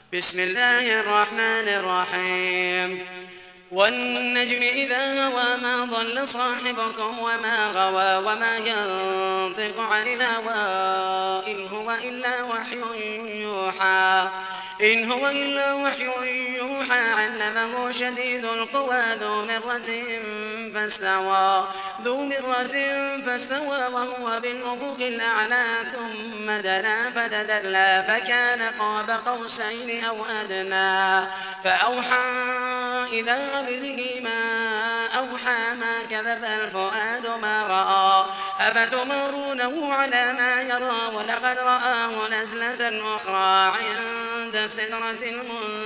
بسم الله الرحمن الرحيم والنجم إذا هوى ما ضل صاحبكم وما غوى وما ينطق عن الهوى إن هو إلا وحي يوحى علمه شديد القوى ذو مرة فاستوى وهو بالأفق الأعلى ثم دنا فتدلى فكان قاب قوسين أو أدنى فأوحى إلى عبده ما أوحى ما كذب الفؤاد ما رأى أفتمارونه على ما يرى ولقد رآه نزلة أخرى عند سدرة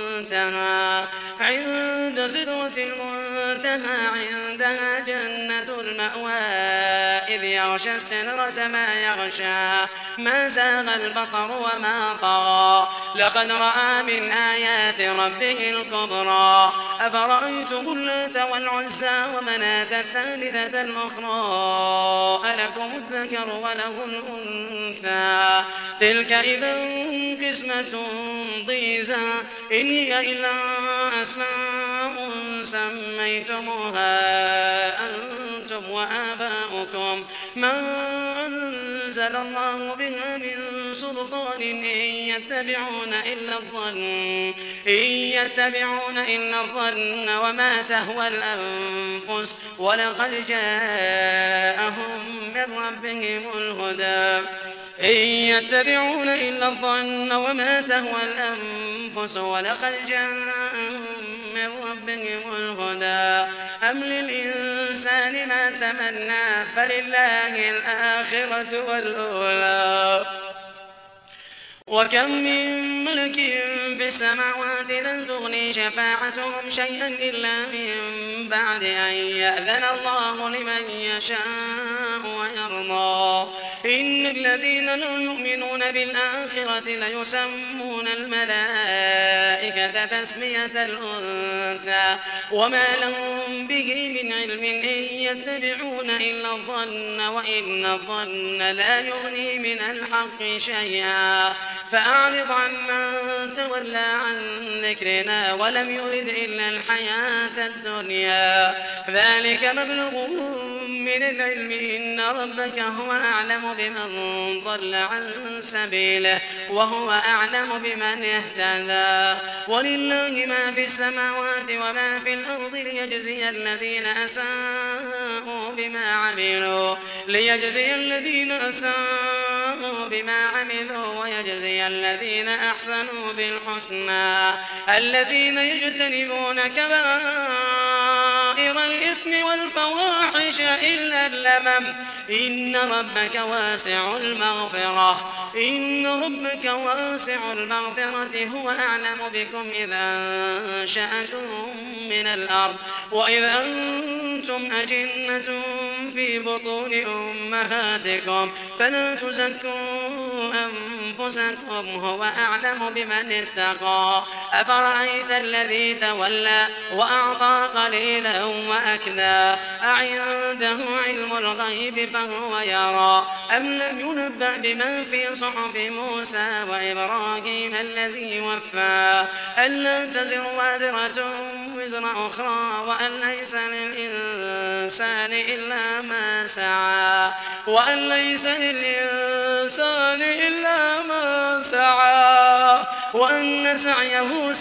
المنتهى عندها جنة المأوى إذ يغشى السدرة ما يغشى ما زاغ البصر وما طغى لقد رأى من آيات ربه الكبرى أفرأيتم اللات والعزى ومناة الثالثة الأخرى ألكم الذكر وله الأنثى تلك إذا قسمة ضيزى إن هي إلا أسماء سميتموها أنتم وآباؤكم ما أنزل الله بها من سلطان إن يتبعون إلا الظن وما تهوى الأنفس ولقد جاءهم من ربهم الهدى إن يتبعون إلا الظن وما تهوى الأنفس ولقد جاءهم من ربهم الهدى أم للإنسان ما تمنى فلله الآخرة والأولى وكم من ملك في السماوات لن تغني شفاعتهم شيئا إلا من بعد أن يأذن الله لمن يشاء ويرضى إن الذين لا يؤمنون بالآخرة ليسمون الملائكة تسمية الأنثى وما لهم به من علم إن يتبعون إلا الظن وإن الظن لا يغني من الحق شيئا فأعرض عمن تولى عن ذكرنا ولم يرد إلا الحياة الدنيا ذلك مبلغهم من العلم إن ربك هو أعلم بمن ضل عن سبيله وهو أعلم بمن اهتدى ولله ما في السماوات وما في الأرض ليجزي الذين أساءوا بما عملوا ويجزي الذين أحسنوا بالحسنى الذين يجتنبون كبائر الإثم والفواحش إلا اللمم إن ربك واسع المغفرة هو أعلم بكم إذا أنشأكم من الأرض وإذ أنتم أجنة في بطون أمهاتكم فلا تزكوا أنفسكم هو أعلم بمن اتقى أفرأيت الذي تولى وأعطى قليلا وأكدى أعنده علم الغيب فهو يرى أم لم ينبأ بما في صحف موسى وإبراهيم الذي وفى ألا تزر وازرة وزر أخرى وأن ليس للإنسان إلا ما سعى وأن سعيه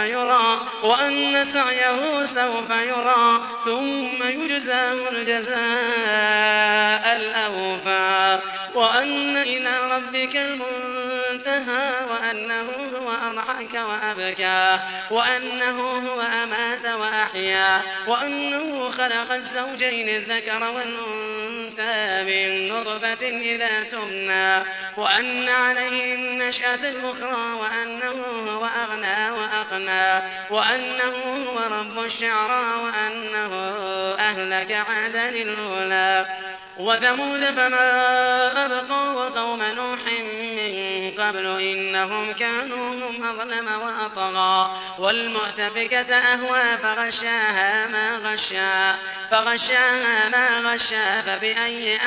سوف يرى ثم يجزاه الجزاء الأوفى وأن إلى ربك المنتهى وأنه هو أضحك وأبكى وأنه هو أمات وأحيا وأنه خلق الزوجين الذكر والأنثى من نطفة إذا تمنى وأن عليه النشأة الأخرى وأنه هو أغنى وأقنى وأنه هو رب الشعرى وأنه أهلك عادا الأولى وثمود فما أبقى وقوم نوح من قبل إنهم كانوا هم أظلم وأطغى والمؤتفكة أهوى فغشاها ما غشا فبأي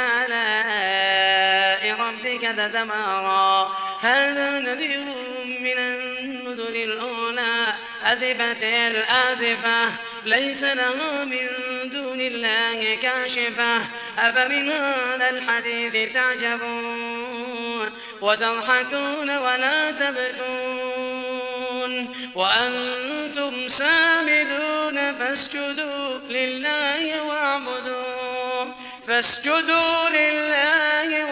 آلاء ربك تتمارى هذا نذير من بالأذن الأولى أزفت الآزفة ليس له من دون الله كاشفة أفمن هذا الحديث تعجبون وتضحكون ولا تبكون وأنتم سامدون فاسجدوا لله واعبدوا